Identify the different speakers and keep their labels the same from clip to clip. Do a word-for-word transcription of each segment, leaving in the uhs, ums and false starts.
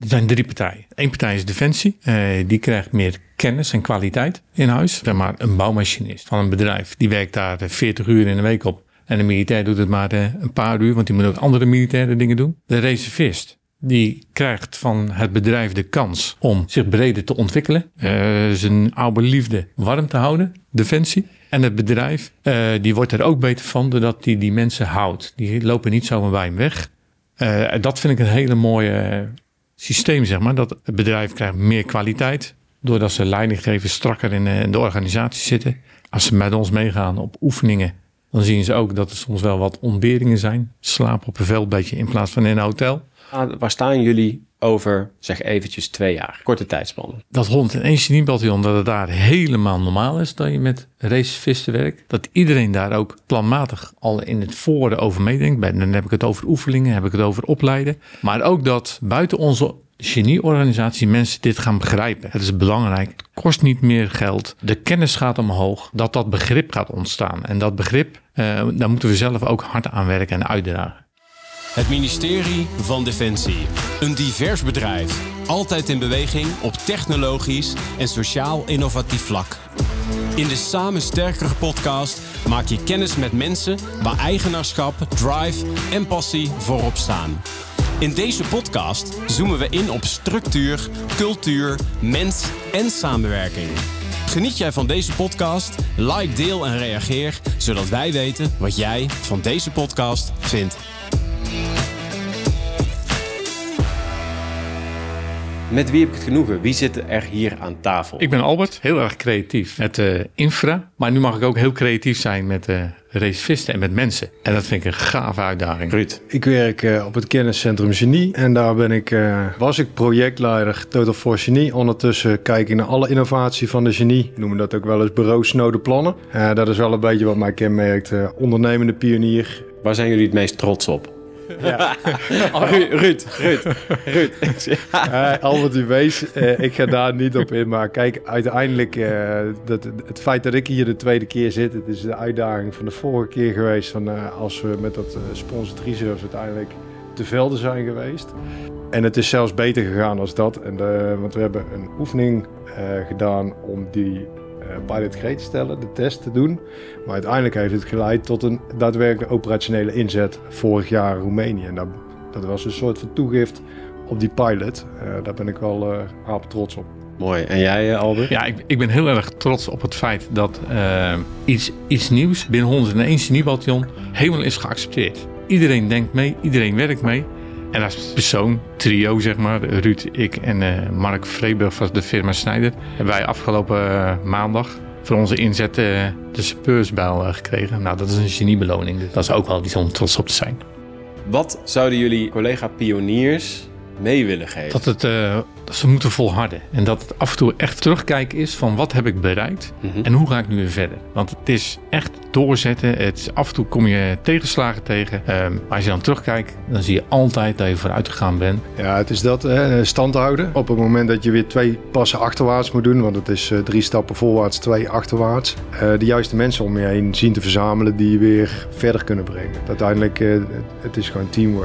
Speaker 1: Er zijn drie partijen. Eén partij is Defensie. Uh, die krijgt meer kennis en kwaliteit in huis. Zeg maar een bouwmachinist van een bedrijf. Die werkt daar veertig uur in de week op. En de militair doet het maar uh, een paar uur. Want die moet ook andere militaire dingen doen. De reservist. Die krijgt van het bedrijf de kans om zich breder te ontwikkelen. Uh, zijn oude liefde warm te houden. Defensie. En het bedrijf uh, die wordt er ook beter van doordat hij die mensen houdt. Die lopen niet zomaar bij hem weg. Uh, dat vind ik een hele mooie uh, systeem, zeg maar. Dat het bedrijf krijgt meer kwaliteit. Doordat ze leidinggevers strakker in, uh, in de organisatie zitten. Als ze met ons meegaan op oefeningen, dan zien ze ook dat er soms wel wat ontberingen zijn. Slapen op een veldbedje in plaats van in een hotel.
Speaker 2: Ah, waar staan jullie over, zeg eventjes, twee jaar? Korte tijdspannen.
Speaker 1: Dat honderdéén geniebataljon, dat het daar helemaal normaal is dat je met reservisten werkt. Dat iedereen daar ook planmatig al in het voren over meedenkt. Dan heb ik het over oefeningen, heb ik het over opleiden. Maar ook dat buiten onze genieorganisatie mensen dit gaan begrijpen. Het is belangrijk. Het kost niet meer geld. De kennis gaat omhoog. Dat dat begrip gaat ontstaan. En dat begrip, uh, daar moeten we zelf ook hard aan werken en uitdragen.
Speaker 3: Het ministerie van Defensie. Een divers bedrijf. Altijd in beweging op technologisch en sociaal innovatief vlak. In de Samen Sterkere podcast maak je kennis met mensen waar eigenaarschap, drive en passie voorop staan. In deze podcast zoomen we in op structuur, cultuur, mens en samenwerking. Geniet jij van deze podcast? Like, deel en reageer, zodat wij weten wat jij van deze podcast vindt.
Speaker 2: Met wie heb ik het genoegen? Wie zit er hier aan tafel?
Speaker 1: Ik ben Albert, heel erg creatief met uh, infra. Maar nu mag ik ook heel creatief zijn met uh, reservisten en met mensen. En dat vind ik een gave uitdaging.
Speaker 2: Ruud.
Speaker 4: Ik werk uh, op het kenniscentrum Genie. En daar ben ik, uh, was ik projectleider Total Force Genie. Ondertussen kijk ik naar alle innovatie van de Genie. We noemen dat ook wel eens bureau snode plannen. Uh, dat is wel een beetje wat mij kenmerkt. Uh, ondernemende pionier.
Speaker 2: Waar zijn jullie het meest trots op?
Speaker 4: Ja.
Speaker 2: Oh, Ruud, Ruud, Ruud. Ruud.
Speaker 4: uh, Albert u wees, uh, ik ga daar niet op in. Maar kijk, uiteindelijk, uh, dat, het feit dat ik hier de tweede keer zit, het is de uitdaging van de vorige keer geweest. Van, uh, als we met dat uh, sponsored research uiteindelijk te velden zijn geweest. En het is zelfs beter gegaan als dat. En de, want we hebben een oefening uh, gedaan om die uh, pilot great te stellen, de test te doen. Maar uiteindelijk heeft het geleid tot een daadwerkelijke operationele inzet vorig jaar in Roemenië. En dat, dat was een soort van toegift op die pilot. Uh, daar ben ik wel uh, aap trots op.
Speaker 2: Mooi. En jij, Albert?
Speaker 1: Ja, ik, ik ben heel erg trots op het feit dat uh, iets, iets nieuws binnen honderdéén geniebataljon helemaal is geaccepteerd. Iedereen denkt mee, iedereen werkt mee. En als persoon, trio zeg maar, Ruud, ik en uh, Mark Vreeburg van de firma Snijder, hebben wij afgelopen uh, maandag voor onze inzet uh, de Speursbijl uh, gekregen. Nou, dat is een geniebeloning. Dus dat is ook wel iets om trots op te zijn.
Speaker 2: Wat zouden jullie collega-pioniers mee willen geven?
Speaker 1: Dat, het, uh, dat ze moeten volharden. En dat het af en toe echt terugkijken is van wat heb ik bereikt mm-hmm. en hoe ga ik nu weer verder. Want het is echt doorzetten. Het is, af en toe kom je tegenslagen tegen. Um, maar als je dan terugkijkt, dan zie je altijd dat je vooruit gegaan bent.
Speaker 4: Ja, het is dat, hè, stand houden. Op het moment dat je weer twee passen achterwaarts moet doen, want het is uh, drie stappen voorwaarts, twee achterwaarts. Uh, de juiste mensen om je heen zien te verzamelen die je weer verder kunnen brengen. Uiteindelijk, uh, het is gewoon teamwork.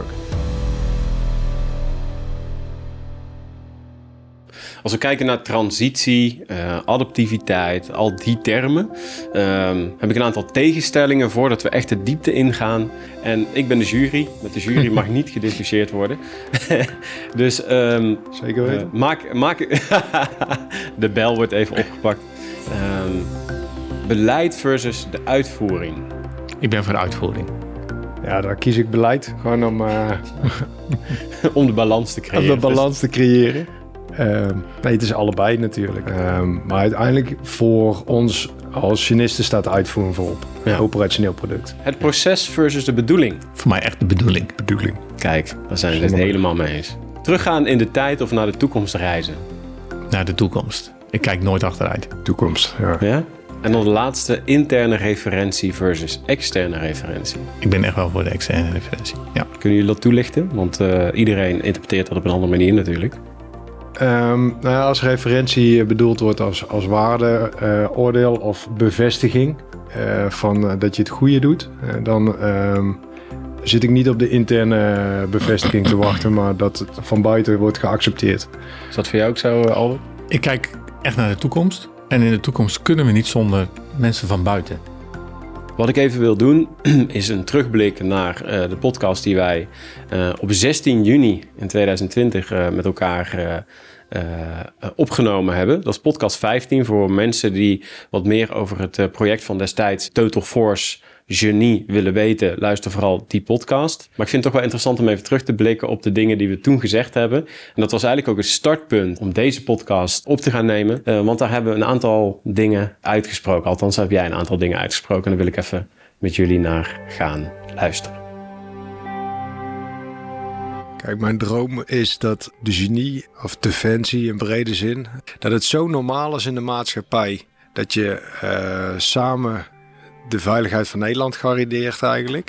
Speaker 2: Als we kijken naar transitie, uh, adaptiviteit, al die termen, um, heb ik een aantal tegenstellingen voordat we echt de diepte ingaan. En ik ben de jury. Met de jury mag niet gediscussieerd worden. dus um,
Speaker 4: zeker weten.
Speaker 2: Uh, maak, maak de bel wordt even opgepakt. Um, beleid versus de uitvoering.
Speaker 1: Ik ben voor uitvoering.
Speaker 4: Ja, daar kies ik beleid. Gewoon om, uh,
Speaker 2: om de balans te creëren.
Speaker 4: Om de balans te creëren. Um, nee, het is allebei natuurlijk. Um, maar uiteindelijk voor ons als genisten staat de uitvoering voorop. Een ja. operationeel product.
Speaker 2: Het proces versus de bedoeling.
Speaker 1: Voor mij echt de bedoeling.
Speaker 4: bedoeling.
Speaker 2: Kijk, daar zijn we het helemaal mee eens. Teruggaan in de tijd of naar de toekomst reizen?
Speaker 1: Naar de toekomst. Ik kijk nooit achteruit.
Speaker 4: Toekomst, ja.
Speaker 2: ja? En dan de laatste, interne referentie versus externe referentie.
Speaker 1: Ik ben echt wel voor de externe referentie, ja.
Speaker 2: Kunnen jullie dat toelichten? Want uh, iedereen interpreteert dat op een andere manier natuurlijk.
Speaker 4: Um, nou ja, als referentie bedoeld wordt als, als waarde, uh, oordeel of bevestiging uh, van uh, dat je het goede doet, uh, dan um, zit ik niet op de interne bevestiging te wachten, maar dat het van buiten wordt geaccepteerd.
Speaker 2: Is dat voor jou ook zo, Albert?
Speaker 1: Ik kijk echt naar de toekomst. En in de toekomst kunnen we niet zonder mensen van buiten.
Speaker 2: Wat ik even wil doen, is een terugblik naar uh, de podcast die wij uh, op zestien juni in tweeduizend twintig uh, met elkaar uh, uh, opgenomen hebben. Dat is podcast vijftien voor mensen die wat meer over het uh, project van destijds Total Force Genie willen weten. Luister vooral die podcast. Maar ik vind het toch wel interessant om even terug te blikken op de dingen die we toen gezegd hebben. En dat was eigenlijk ook het startpunt om deze podcast op te gaan nemen. Uh, want daar hebben we een aantal dingen uitgesproken. Althans heb jij een aantal dingen uitgesproken. En daar wil ik even met jullie naar gaan luisteren.
Speaker 4: Kijk, mijn droom is dat de genie, of defensie in brede zin, dat het zo normaal is in de maatschappij. Dat je uh, samen de veiligheid van Nederland garandeert eigenlijk.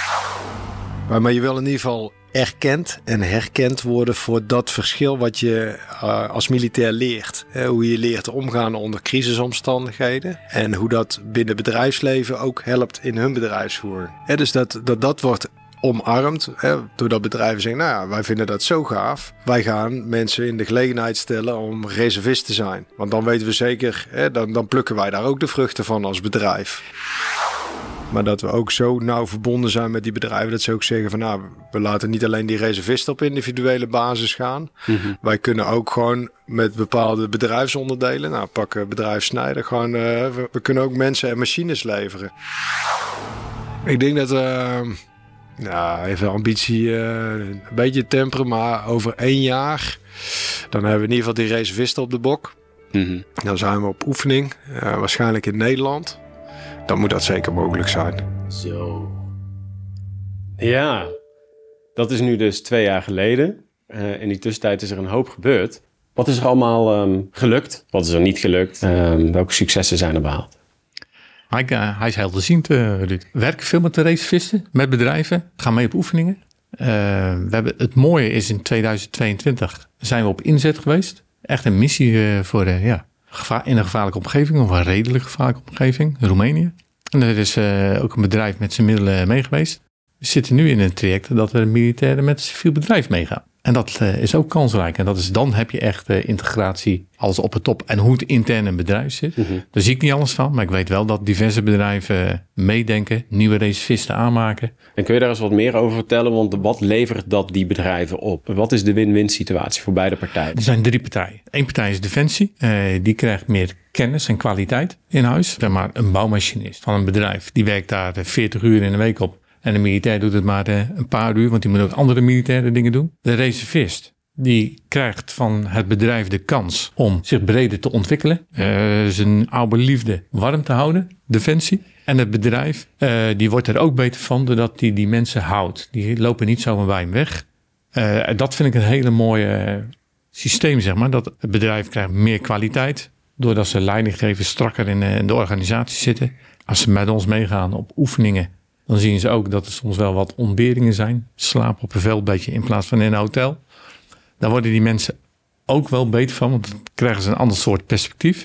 Speaker 4: Maar je wil in ieder geval erkend en herkend worden voor dat verschil wat je uh, als militair leert. Hè, hoe je leert omgaan onder crisisomstandigheden. En hoe dat binnen bedrijfsleven ook helpt in hun bedrijfsvoering. Hè, dus dat, dat dat wordt omarmd. Hè, doordat bedrijven zeggen, nou ja, wij vinden dat zo gaaf. Wij gaan mensen in de gelegenheid stellen om reservist te zijn. Want dan weten we zeker, hè, dan, dan plukken wij daar ook de vruchten van als bedrijf. Maar dat we ook zo nauw verbonden zijn met die bedrijven, dat ze ook zeggen van nou, we laten niet alleen die reservisten op individuele basis gaan. Mm-hmm. Wij kunnen ook gewoon met bepaalde bedrijfsonderdelen, nou pak bedrijf Snijder, gewoon, uh, we, we kunnen ook mensen en machines leveren. Ik denk dat uh, nou, even ambitie uh, een beetje temperen, maar over één jaar, dan hebben we in ieder geval die reservisten op de bok. Mm-hmm. Dan zijn we op oefening, uh, waarschijnlijk in Nederland. Dan moet dat zeker mogelijk zijn.
Speaker 2: Zo. Ja, dat is nu dus twee jaar geleden. Uh, in die tussentijd is er een hoop gebeurd. Wat is er allemaal um, gelukt? Wat is er niet gelukt? Um, welke successen zijn er behaald?
Speaker 1: Hij, uh, hij is helderziend, uh, Ruud. We werken veel met de reservisten, met bedrijven. Gaan mee op oefeningen. Uh, we hebben, het mooie is in tweeduizend tweeëntwintig zijn we op inzet geweest. Echt een missie uh, voor uh, ja, gevaar, in een gevaarlijke omgeving. Of een redelijk gevaarlijke omgeving. Roemenië. En er is uh, ook een bedrijf met zijn middelen mee geweest. We zitten nu in een traject dat er militairen met een civiel bedrijf meegaan. En dat uh, is ook kansrijk. En dat is, dan heb je echt uh, integratie, alles op het top. En hoe het intern een bedrijf zit, mm-hmm. Daar zie ik niet alles van. Maar ik weet wel dat diverse bedrijven meedenken, nieuwe reservisten aanmaken.
Speaker 2: En kun je daar eens wat meer over vertellen? Want wat levert dat die bedrijven op? Wat is de win-win situatie voor beide partijen?
Speaker 1: Er zijn drie partijen. Eén partij is Defensie. Uh, die krijgt meer kennis en kwaliteit in huis. Zeg maar een bouwmachinist van een bedrijf. Die werkt daar veertig uur in de week op. En de militair doet het maar uh, een paar uur, want die moet ook andere militaire dingen doen. De reservist, die krijgt van het bedrijf de kans om zich breder te ontwikkelen. Uh, zijn oude liefde warm te houden, Defensie. En het bedrijf, uh, die wordt er ook beter van, doordat die die mensen houdt. Die lopen niet zomaar bij hem weg. Uh, dat vind ik een hele mooie uh, systeem, zeg maar. Dat het bedrijf krijgt meer kwaliteit, doordat ze leidinggevers strakker in, uh, in de organisatie zitten. Als ze met ons meegaan op oefeningen, dan zien ze ook dat er soms wel wat ontberingen zijn. Slapen op een veldbedje in plaats van in een hotel. Daar worden die mensen ook wel beter van, want dan krijgen ze een ander soort perspectief.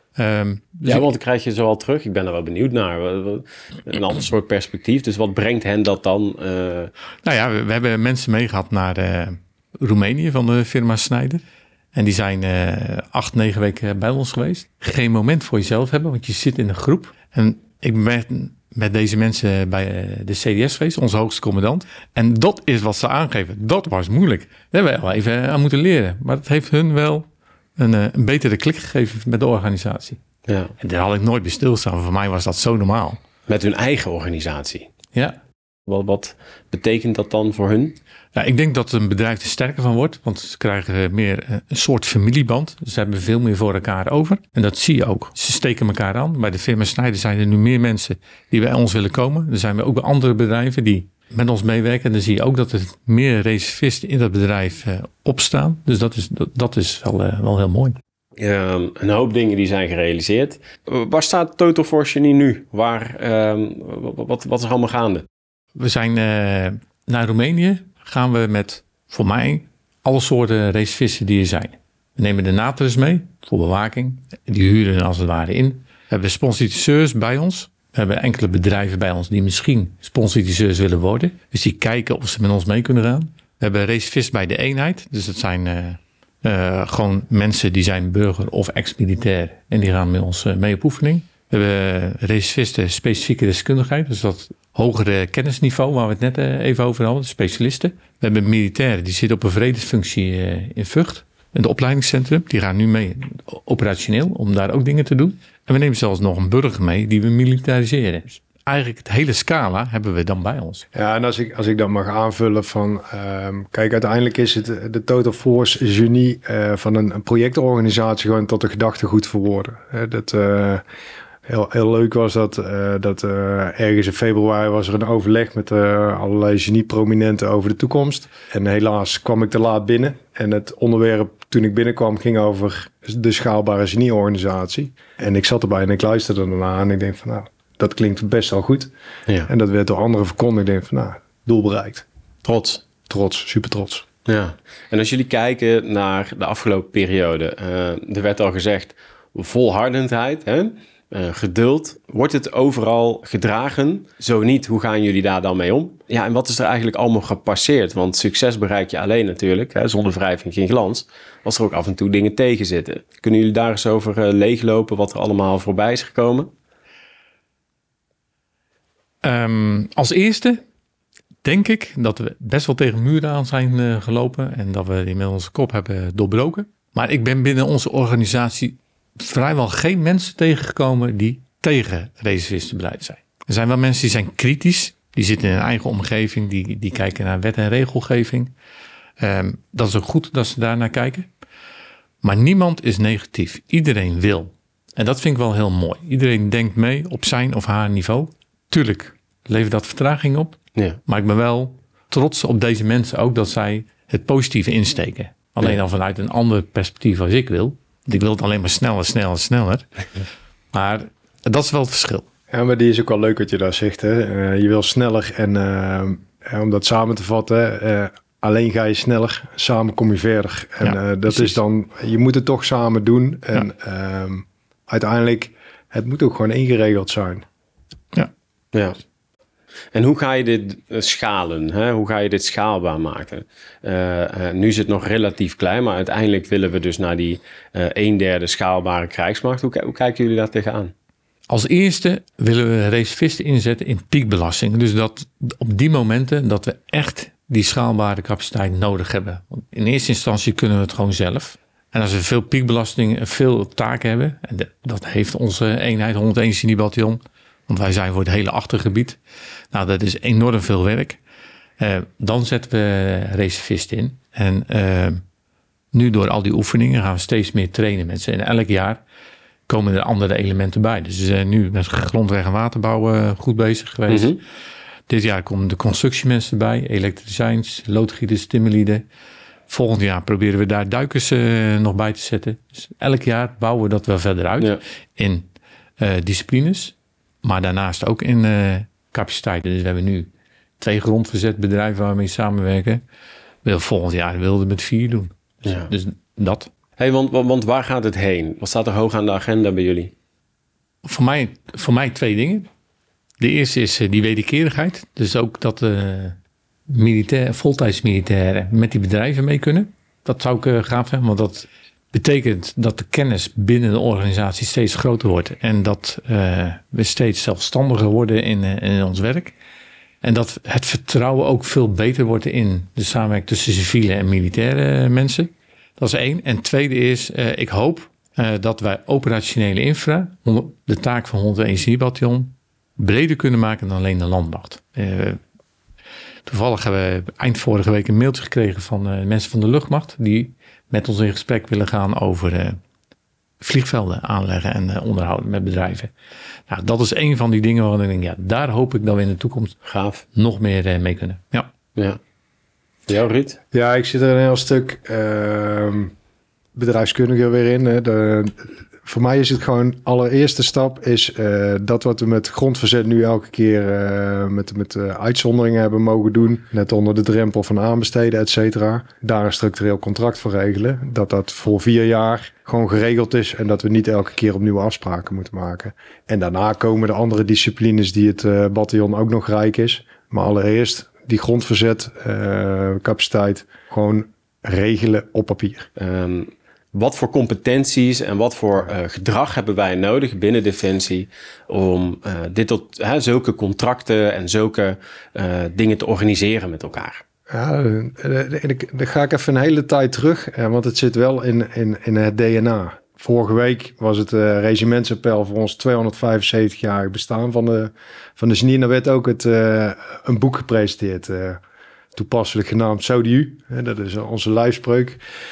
Speaker 1: Um, dus
Speaker 2: ja, want dan krijg je zo al terug. Ik ben er wel benieuwd naar. Een ander soort perspectief. Dus wat brengt hen dat dan? Uh...
Speaker 1: Nou ja, we, we hebben mensen meegehad naar uh, Roemenië van de firma Snijder. En die zijn uh, acht, negen weken bij ons geweest. Geen moment voor jezelf hebben, want je zit in een groep. En ik ben met deze mensen bij de C D S geweest, onze hoogste commandant. En dat is wat ze aangeven. Dat was moeilijk. Daar hebben we wel even aan moeten leren. Maar het heeft hun wel een, een betere klik gegeven met de organisatie.
Speaker 2: Ja.
Speaker 1: En daar had ik nooit bij stilstaan. Voor mij was dat zo normaal.
Speaker 2: Met hun eigen organisatie?
Speaker 1: Ja.
Speaker 2: Wat, wat betekent dat dan voor hun?
Speaker 1: Ja, ik denk dat een bedrijf er sterker van wordt. Want ze krijgen meer een soort familieband. Ze hebben veel meer voor elkaar over. En dat zie je ook. Ze steken elkaar aan. Bij de firma Snijder zijn er nu meer mensen die bij ons willen komen. Er zijn ook andere bedrijven die met ons meewerken. En dan zie je ook dat er meer reservisten in dat bedrijf uh, opstaan. Dus dat is, dat, dat is wel, uh, wel heel mooi.
Speaker 2: Um, een hoop dingen die zijn gerealiseerd. Uh, waar staat Total Force Genie nu? Waar, um, wat, wat is er allemaal gaande?
Speaker 1: We zijn uh, naar Roemenië. Gaan we met, voor mij, alle soorten reservisten die er zijn. We nemen de Natris mee voor bewaking. Die huren als het ware in. We hebben sponsors bij ons. We hebben enkele bedrijven bij ons die misschien sponsoriseurs willen worden. Dus die kijken of ze met ons mee kunnen gaan. We hebben Racevist bij de eenheid. Dus dat zijn uh, uh, gewoon mensen die zijn burger of ex-militair. En die gaan met ons uh, mee op oefening. We hebben Racevisten specifieke deskundigheid. Dus dat hogere kennisniveau waar we het net uh, even over hadden. De specialisten. We hebben militairen die zitten op een vredesfunctie uh, in Vught. In het opleidingscentrum. Die gaan nu mee operationeel om daar ook dingen te doen. En we nemen zelfs nog een burger mee die we militariseren. Dus eigenlijk het hele scala hebben we dan bij ons.
Speaker 4: Ja, en als ik, als ik dan mag aanvullen van... Um, kijk, uiteindelijk is het de Total Force genie uh, van een, een projectorganisatie gewoon tot een gedachtegoed verwoorden. Uh, dat... Uh, Heel, heel leuk was dat, uh, dat uh, ergens in februari was er een overleg met uh, allerlei genieprominenten over de toekomst. En helaas kwam ik te laat binnen. En het onderwerp toen ik binnenkwam ging over de schaalbare genieorganisatie. En ik zat erbij en ik luisterde ernaar en ik denk van nou, dat klinkt best wel goed.
Speaker 2: Ja. En
Speaker 4: dat werd door anderen verkondigd. Ik denk van nou, doel bereikt.
Speaker 2: Trots.
Speaker 4: Trots, super trots.
Speaker 2: Ja. En als jullie kijken naar de afgelopen periode, uh, er werd al gezegd volhardendheid, hè? Uh, geduld. Wordt het overal gedragen? Zo niet, hoe gaan jullie daar dan mee om? Ja, en wat is er eigenlijk allemaal gepasseerd? Want succes bereik je alleen natuurlijk, hè, zonder wrijving geen glans. Als er ook af en toe dingen tegen zitten. Kunnen jullie daar eens over uh, leeglopen wat er allemaal voorbij is gekomen?
Speaker 1: Um, als eerste denk ik dat we best wel tegen muren aan zijn uh, gelopen. En dat we die met onze kop hebben doorbroken. Maar ik ben binnen onze organisatie vrijwel geen mensen tegengekomen die tegen reservistenbeleid zijn. Er zijn wel mensen die zijn kritisch. Die zitten in hun eigen omgeving. Die, die kijken naar wet en regelgeving. Um, dat is ook goed dat ze daar naar kijken. Maar niemand is negatief. Iedereen wil. En dat vind ik wel heel mooi. Iedereen denkt mee op zijn of haar niveau. Tuurlijk levert dat vertraging op.
Speaker 2: Ja.
Speaker 1: Maar ik ben wel trots op deze mensen ook dat zij het positieve insteken. Alleen dan vanuit een ander perspectief als ik wil. Ik wil het alleen maar sneller, sneller, sneller. Maar dat is wel het verschil.
Speaker 4: Ja, maar die is ook wel leuk wat je daar zegt. Hè? Uh, je wil sneller en uh, om dat samen te vatten... Uh, alleen ga je sneller, samen kom je verder. En ja, uh, dat precies. is dan... Je moet het toch samen doen. En ja. um, uiteindelijk, het moet ook gewoon ingeregeld zijn.
Speaker 1: Ja.
Speaker 2: Ja. En hoe ga je dit schalen? Hè? Hoe ga je dit schaalbaar maken? Uh, uh, nu is het nog relatief klein, maar uiteindelijk willen we dus naar die uh, een derde schaalbare krijgsmacht. Hoe, hoe kijken jullie daar tegenaan?
Speaker 1: Als eerste willen we reservisten inzetten in piekbelasting. Dus dat op die momenten dat we echt die schaalbare capaciteit nodig hebben. Want in eerste instantie kunnen we het gewoon zelf. En als we veel piekbelasting, veel taken hebben, en de, dat heeft onze eenheid honderdéén Geniebataljon, want wij zijn voor het hele achtergebied. Nou, dat is enorm veel werk. Uh, dan zetten we reservisten in. En uh, nu door al die oefeningen gaan we steeds meer trainen mensen. En elk jaar komen er andere elementen bij. Dus we zijn nu met grondweg en waterbouw uh, goed bezig geweest. Mm-hmm. Dit jaar komen de constructiemensen erbij. Elektriciëns, loodgieters, timmerlieden. Volgend jaar proberen we daar duikers uh, nog bij te zetten. Dus elk jaar bouwen we dat wel verder uit. Ja. In uh, disciplines. Maar daarnaast ook in uh, capaciteiten. Dus we hebben nu twee grondverzet bedrijven waar we mee samenwerken. We volgend jaar wilden we met vier doen. Dus, ja. dus dat.
Speaker 2: Hey, want, want waar gaat het heen? Wat staat er hoog aan de agenda bij jullie?
Speaker 1: Voor mij, voor mij twee dingen. De eerste is uh, die wederkerigheid. Dus ook dat uh, militair, voltijdsmilitairen met die bedrijven mee kunnen. Dat zou ik uh, gaaf vinden, want dat betekent dat de kennis binnen de organisatie steeds groter wordt. En dat uh, we steeds zelfstandiger worden in, uh, in ons werk. En dat het vertrouwen ook veel beter wordt in de samenwerking tussen civiele en militaire mensen. Dat is één. En tweede is, uh, ik hoop uh, dat wij operationele infra, de taak van honderdéén Geniebataljon, breder kunnen maken dan alleen de landmacht. Uh, toevallig hebben we eind vorige week een mailtje gekregen van uh, mensen van de luchtmacht die met ons in gesprek willen gaan over uh, vliegvelden aanleggen en uh, onderhouden met bedrijven. Nou, dat is een van die dingen waarvan ik denk, ja, daar hoop ik dat we in de toekomst
Speaker 2: gaaf
Speaker 1: nog meer uh, mee kunnen. Ja.
Speaker 2: Ja. Jou, Ruud?
Speaker 4: Ja, ik zit er een heel stuk uh, bedrijfskundige weer in. Hè. De, voor mij is het gewoon allereerste stap is uh, dat wat we met grondverzet nu elke keer uh, met, met uh, uitzonderingen hebben mogen doen. Net onder de drempel van aanbesteden, et cetera. Daar een structureel contract voor regelen. Dat dat voor vier jaar gewoon geregeld is en dat we niet elke keer opnieuw afspraken moeten maken. En daarna komen de andere disciplines die het uh, bataljon ook nog rijk is. Maar allereerst die grondverzet uh, capaciteit gewoon regelen op papier.
Speaker 2: Um, wat voor competenties en wat voor uh, gedrag hebben wij nodig binnen Defensie om uh, dit tot uh, zulke contracten en zulke uh, dingen te organiseren met elkaar?
Speaker 4: Ja, dan ga ik even een hele tijd terug, want het zit wel in, in, in het D N A. Vorige week was het uh, regimentsappel voor ons tweehonderdvijfenzeventig-jarig bestaan van de, van de genie. Daar werd ook het, uh, een boek gepresenteerd, uh, toepasselijk genaamd Sodiu. Dat is onze lijfspreuk.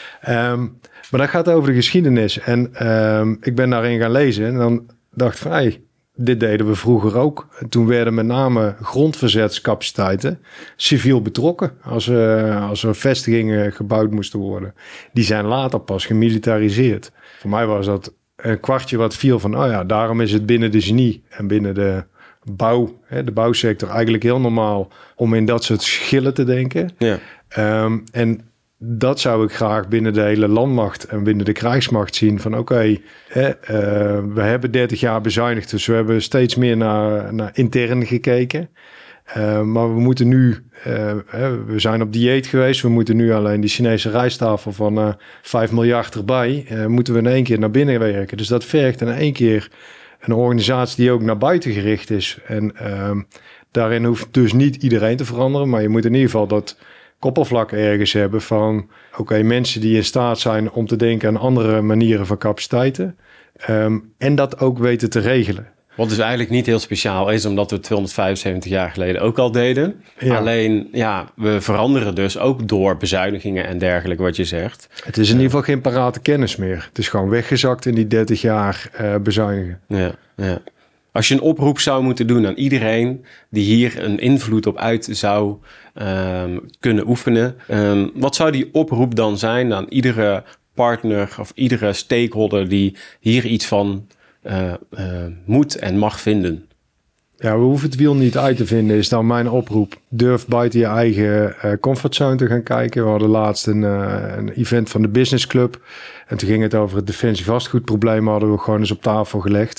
Speaker 4: Um, maar dat gaat over de geschiedenis. En um, ik ben daarin gaan lezen en dan dacht ik van, hey, dit deden we vroeger ook. En toen werden met name grondverzetscapaciteiten civiel betrokken. Als, uh, als er vestigingen gebouwd moesten worden. Die zijn later pas gemilitariseerd. Voor mij was dat een kwartje wat viel van, oh ja, daarom is het binnen de genie en binnen de bouw, hè, de bouwsector eigenlijk heel normaal om in dat soort schillen te denken.
Speaker 2: Ja.
Speaker 4: Um, en dat zou ik graag binnen de hele landmacht en binnen de krijgsmacht zien van oké, okay, uh, we hebben dertig jaar bezuinigd, dus we hebben steeds meer naar, naar intern gekeken. Uh, maar we moeten nu, uh, we zijn op dieet geweest, we moeten nu alleen die Chinese rijsttafel van uh, vijf miljard erbij, uh, moeten we in één keer naar binnen werken. Dus dat vergt in één keer een organisatie die ook naar buiten gericht is. En uh, daarin hoeft dus niet iedereen te veranderen, maar je moet in ieder geval dat koppelvlak ergens hebben van oké, okay, mensen die in staat zijn om te denken aan andere manieren van capaciteiten. Um, en dat ook weten te regelen.
Speaker 2: Wat dus eigenlijk niet heel speciaal is, omdat we het tweehonderdvijfenzeventig jaar geleden ook al deden. Ja. Alleen, ja, we veranderen dus ook door bezuinigingen en dergelijke, wat je zegt.
Speaker 4: Het is in ieder geval geen parate kennis meer. Het is gewoon weggezakt in die dertig jaar uh, bezuinigen.
Speaker 2: Ja, ja. Als je een oproep zou moeten doen aan iedereen die hier een invloed op uit zou um, kunnen oefenen. Um, wat zou die oproep dan zijn aan iedere partner of iedere stakeholder die hier iets van uh, uh, moet en mag vinden?
Speaker 4: Ja, we hoeven het wiel niet uit te vinden, is dan mijn oproep. Durf buiten je eigen uh, comfortzone te gaan kijken. We hadden laatst een, uh, een event van de Business Club. En toen ging het over het defensie vastgoedprobleem, hadden we gewoon eens op tafel gelegd.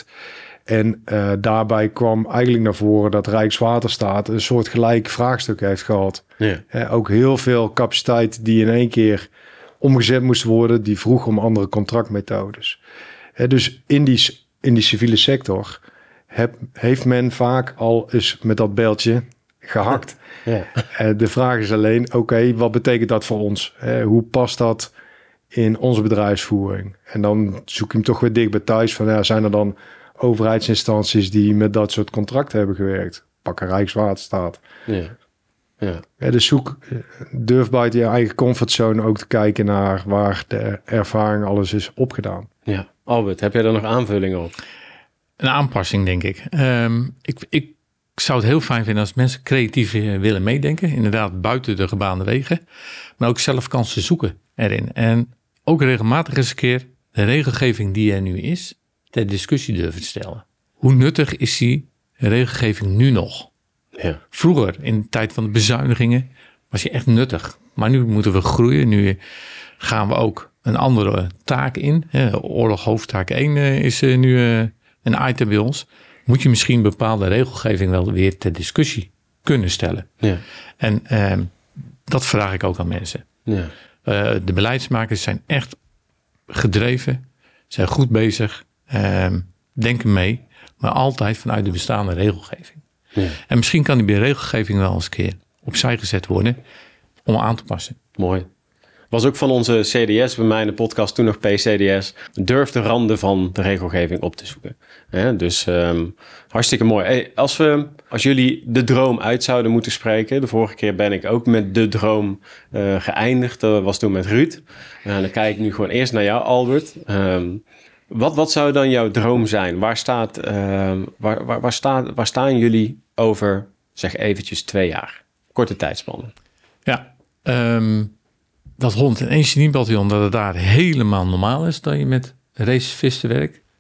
Speaker 4: En uh, daarbij kwam eigenlijk naar voren dat Rijkswaterstaat een soort gelijk vraagstuk heeft gehad.
Speaker 2: Ja.
Speaker 4: Uh, ook heel veel capaciteit die in één keer omgezet moest worden, die vroeg om andere contractmethodes. Uh, dus in die, in die civiele sector heb, heeft men vaak al eens met dat bijltje gehakt.
Speaker 2: Ja.
Speaker 4: Uh, de vraag is alleen, oké, okay, wat betekent dat voor ons? Uh, hoe past dat in onze bedrijfsvoering? En dan zoek je hem toch weer dicht bij thuis van, ja, zijn er dan overheidsinstanties die met dat soort contracten hebben gewerkt? Pak een Rijkswaterstaat.
Speaker 2: Ja. Ja.
Speaker 4: Ja, dus zoek, durf buiten je eigen comfortzone ook te kijken naar waar de ervaring alles is opgedaan.
Speaker 2: Ja. Albert, heb jij daar nog aanvullingen op?
Speaker 1: Een aanpassing, denk ik. Um, ik. Ik zou het heel fijn vinden als mensen creatief willen meedenken. Inderdaad, buiten de gebaande wegen. Maar ook zelf kansen zoeken erin. En ook regelmatig eens een keer de regelgeving die er nu is ter discussie durven te stellen. Hoe nuttig is die regelgeving nu nog?
Speaker 2: Ja.
Speaker 1: Vroeger, in de tijd van de bezuinigingen, was die echt nuttig. Maar nu moeten we groeien. Nu gaan we ook een andere taak in. Oorlog hoofdtaak één is nu een item bij ons. Moet je misschien bepaalde regelgeving wel weer ter discussie kunnen stellen.
Speaker 2: Ja.
Speaker 1: En uh, dat vraag ik ook aan mensen.
Speaker 2: Ja.
Speaker 1: Uh, de beleidsmakers zijn echt gedreven, zijn goed bezig, uh, denken mee, maar altijd vanuit de bestaande regelgeving.
Speaker 2: Ja.
Speaker 1: En misschien kan die regelgeving wel eens een keer opzij gezet worden om aan te passen.
Speaker 2: Mooi. Was ook van onze C D S bij mij in de podcast, toen nog P C D S. Durf de randen van de regelgeving op te zoeken. Ja, dus um, hartstikke mooi. Hey, als, we, als jullie de droom uit zouden moeten spreken. De vorige keer ben ik ook met de droom uh, geëindigd. Dat was toen met Ruud. Uh, dan kijk ik nu gewoon eerst naar jou, Albert. Um, wat, wat zou dan jouw droom zijn? Waar, staat, uh, waar, waar, waar, staat, waar staan jullie over, zeg eventjes, twee jaar? Korte tijdspanne.
Speaker 1: Ja, um... dat honderdéén geniebataljon, dat het daar helemaal normaal is dat je met reservisten werkt.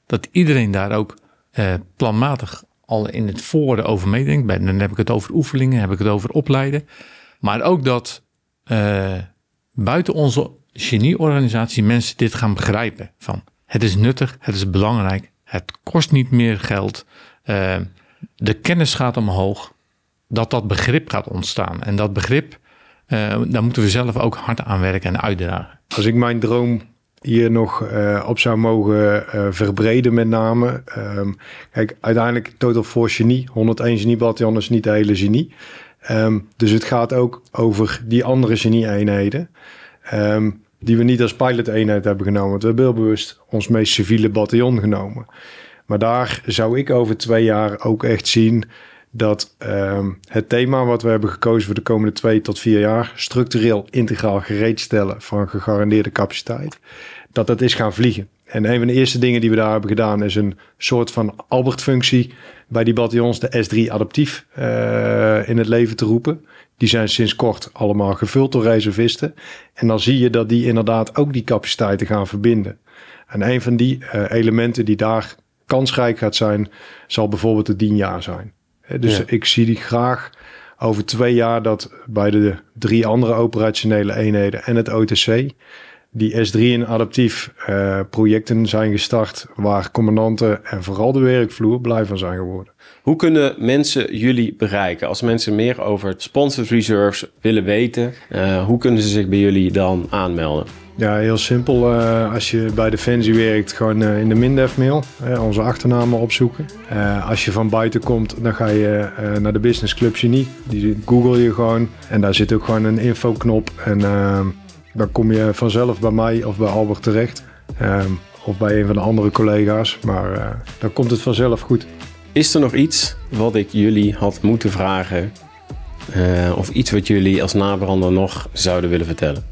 Speaker 1: dat iedereen daar ook uh, planmatig al in het voren over meedenkt. Dan heb ik het over oefeningen, heb ik het over opleiden. Maar ook dat uh, buiten onze genieorganisatie mensen dit gaan begrijpen. Van, het is nuttig, het is belangrijk, het kost niet meer geld. Uh, de kennis gaat omhoog. Dat dat begrip gaat ontstaan. En dat begrip, uh, daar moeten we zelf ook hard aan werken en uitdragen.
Speaker 4: Als ik mijn droom hier nog uh, op zou mogen uh, verbreden met name. Um, kijk, uiteindelijk Total Force Genie. honderdéén geniebataljon is niet de hele genie. Um, dus het gaat ook over die andere genie-eenheden. Um, die we niet als pilot-eenheid hebben genomen. Want we hebben heel bewust ons meest civiele bataljon genomen. Maar daar zou ik over twee jaar ook echt zien dat um, het thema wat we hebben gekozen voor de komende twee tot vier jaar, structureel integraal gereedstellen van gegarandeerde capaciteit, dat dat is gaan vliegen. En een van de eerste dingen die we daar hebben gedaan is een soort van Albert-functie bij die bataljons, de S drie adaptief, uh, in het leven te roepen. Die zijn sinds kort allemaal gevuld door reservisten. En dan zie je dat die inderdaad ook die capaciteiten gaan verbinden. En een van die uh, elementen die daar kansrijk gaat zijn, zal bijvoorbeeld het dienjaar zijn. Dus ja. ik zie die graag over twee jaar dat bij de drie andere operationele eenheden en het O T C die S drie en adaptief uh, projecten zijn gestart waar commandanten en vooral de werkvloer blij van zijn geworden.
Speaker 2: Hoe kunnen mensen jullie bereiken? Als mensen meer over sponsored reserves willen weten, uh, hoe kunnen ze zich bij jullie dan aanmelden?
Speaker 4: Ja, heel simpel. Uh, als je bij Defensie werkt, gewoon uh, in de Mindef-mail uh, onze achternamen opzoeken. Uh, als je van buiten komt, dan ga je uh, naar de Business Club Genie. Die google je gewoon. En daar zit ook gewoon een infoknop. En uh, dan kom je vanzelf bij mij of bij Albert terecht. Uh, of bij een van de andere collega's. Maar uh, dan komt het vanzelf goed.
Speaker 2: Is er nog iets wat ik jullie had moeten vragen? Uh, of iets wat jullie als nabrander nog zouden willen vertellen?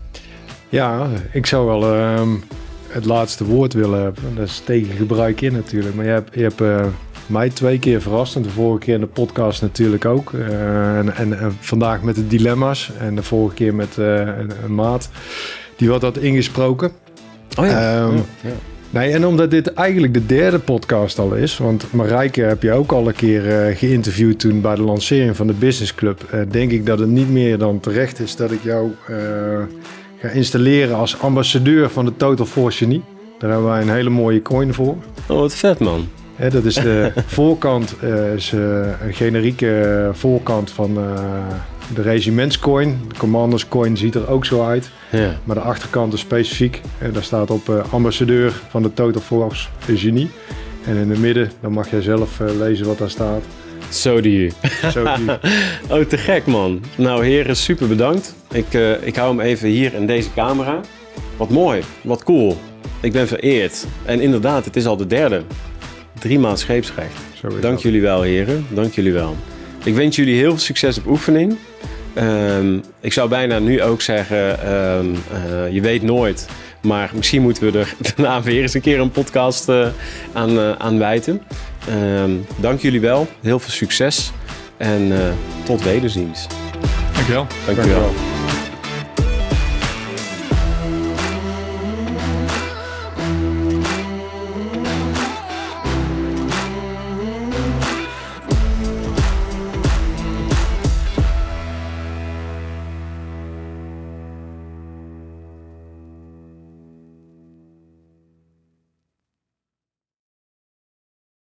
Speaker 4: Ja, ik zou wel uh, het laatste woord willen hebben. Dat is tegen gebruik in natuurlijk. Maar je hebt, je hebt uh, mij twee keer verrast. En de vorige keer in de podcast natuurlijk ook. Uh, en, en, en vandaag met de dilemma's. En de vorige keer met uh, een, een maat. Die wat had ingesproken.
Speaker 2: Oh ja. Um, ja, ja.
Speaker 4: Nee, en omdat dit eigenlijk de derde podcast al is. Want Marijke heb je ook al een keer uh, geïnterviewd toen bij de lancering van de Business Club. Uh, denk ik dat het niet meer dan terecht is dat ik jou Uh, ga installeren als ambassadeur van de Total Force Genie. Daar hebben wij een hele mooie coin voor.
Speaker 2: Oh, wat vet, man.
Speaker 4: He, dat is de voorkant, uh, is uh, een generieke voorkant van uh, de regimentscoin. De commanders coin ziet er ook zo uit.
Speaker 2: Ja.
Speaker 4: Maar de achterkant is specifiek. En daar staat op uh, ambassadeur van de Total Force Genie. En in het midden, dan mag jij zelf uh, lezen wat daar staat.
Speaker 2: Zo die.
Speaker 4: Zo die.
Speaker 2: Oh, te gek, man. Nou, heren, super bedankt. Ik, uh, ik hou hem even hier in deze camera. Wat mooi, wat cool. Ik ben vereerd. En inderdaad, het is al de derde. Drie maand scheepsrecht. Dank dat. jullie wel, heren. Dank jullie wel. Ik wens jullie heel veel succes op oefening. Um, ik zou bijna nu ook zeggen, um, uh, je weet nooit. Maar misschien moeten we er daarna weer eens een keer een podcast uh, aan, uh, aan wijten. Um, dank jullie wel. Heel veel succes. En uh, tot wederziens.
Speaker 1: Dankjewel.
Speaker 2: Dankjewel.
Speaker 4: Dankjewel.